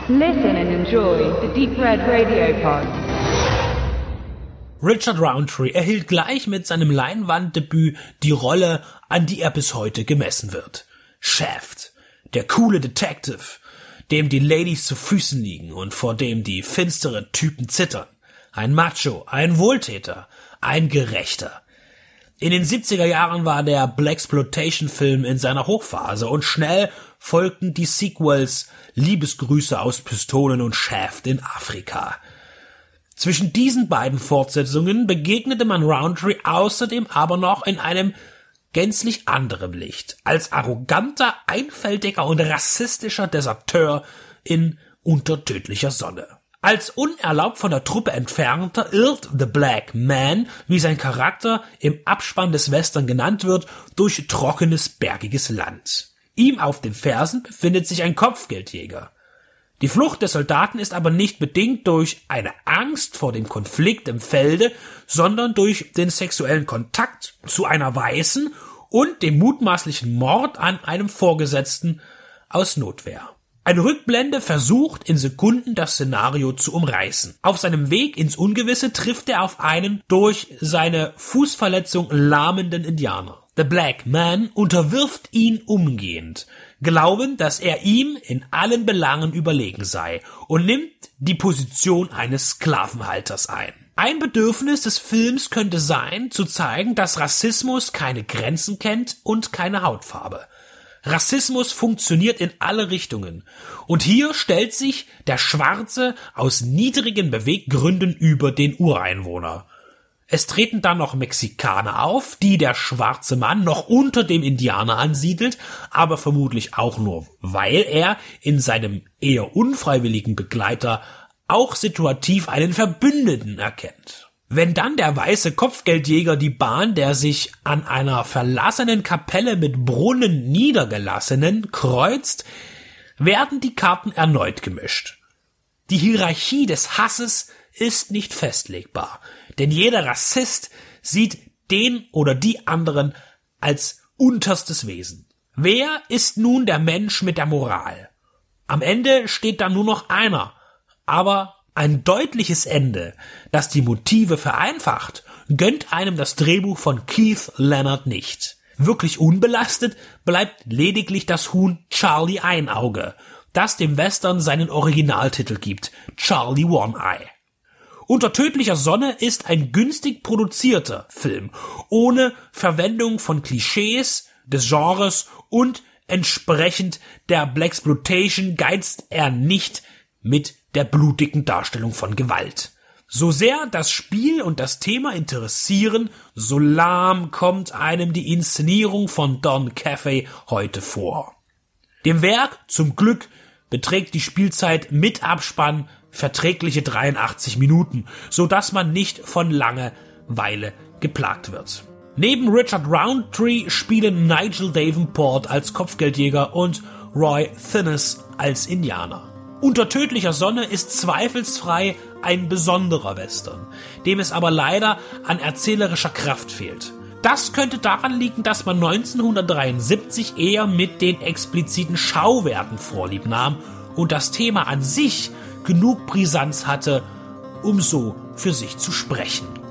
Listen and enjoy the Deep Red Radio Pod. Richard Roundtree erhielt gleich mit seinem Leinwanddebüt die Rolle, an die er bis heute gemessen wird. Shaft, der coole Detective, dem die Ladies zu Füßen liegen und vor dem die finsteren Typen zittern. Ein Macho, ein Wohltäter, ein Gerechter. In den 70er Jahren war der Blaxploitation-Film in seiner Hochphase und schnell folgten die Sequels Liebesgrüße aus Pistolen und Shaft in Afrika. Zwischen diesen beiden Fortsetzungen begegnete man Roundtree außerdem aber noch in einem gänzlich anderem Licht, als arroganter, einfältiger und rassistischer Deserteur in Unter tödlicher Sonne. Als unerlaubt von der Truppe entfernter irrt The Black Man, wie sein Charakter im Abspann des Western genannt wird, durch trockenes, bergiges Land. Ihm auf den Fersen befindet sich ein Kopfgeldjäger. Die Flucht des Soldaten ist aber nicht bedingt durch eine Angst vor dem Konflikt im Felde, sondern durch den sexuellen Kontakt zu einer Weißen und dem mutmaßlichen Mord an einem Vorgesetzten aus Notwehr. Eine Rückblende versucht in Sekunden das Szenario zu umreißen. Auf seinem Weg ins Ungewisse trifft er auf einen durch seine Fußverletzung lahmenden Indianer. The Black Man unterwirft ihn umgehend, glaubend, dass er ihm in allen Belangen überlegen sei und nimmt die Position eines Sklavenhalters ein. Ein Bedürfnis des Films könnte sein, zu zeigen, dass Rassismus keine Grenzen kennt und keine Hautfarbe. Rassismus funktioniert in alle Richtungen. Und hier stellt sich der Schwarze aus niedrigen Beweggründen über den Ureinwohner. Es treten dann noch Mexikaner auf, die der schwarze Mann noch unter dem Indianer ansiedelt, aber vermutlich auch nur, weil er in seinem eher unfreiwilligen Begleiter auch situativ einen Verbündeten erkennt. Wenn dann der weiße Kopfgeldjäger die Bahn der sich an einer verlassenen Kapelle mit Brunnen Niedergelassenen kreuzt, werden die Karten erneut gemischt. Die Hierarchie des Hasses ist nicht festlegbar, denn jeder Rassist sieht den oder die anderen als unterstes Wesen. Wer ist nun der Mensch mit der Moral? Am Ende steht da nur noch einer, aber ein deutliches Ende, das die Motive vereinfacht, gönnt einem das Drehbuch von Keith Leonard nicht. Wirklich unbelastet bleibt lediglich das Huhn Charlie Einauge, das dem Western seinen Originaltitel gibt, Charlie One Eye. Unter tödlicher Sonne ist ein günstig produzierter Film, ohne Verwendung von Klischees des Genres und entsprechend der Blaxploitation geizt er nicht mit der blutigen Darstellung von Gewalt. So sehr das Spiel und das Thema interessieren, so lahm kommt einem die Inszenierung von Don Caffey heute vor. Dem Werk zum Glück beträgt die Spielzeit mit Abspann verträgliche 83 Minuten, so dass man nicht von Langeweile geplagt wird. Neben Richard Roundtree spielen Nigel Davenport als Kopfgeldjäger und Roy Thinnes als Indianer. Unter tödlicher Sonne ist zweifelsfrei ein besonderer Western, dem es aber leider an erzählerischer Kraft fehlt. Das könnte daran liegen, dass man 1973 eher mit den expliziten Schauwerten Vorlieb nahm und das Thema an sich genug Brisanz hatte, um so für sich zu sprechen.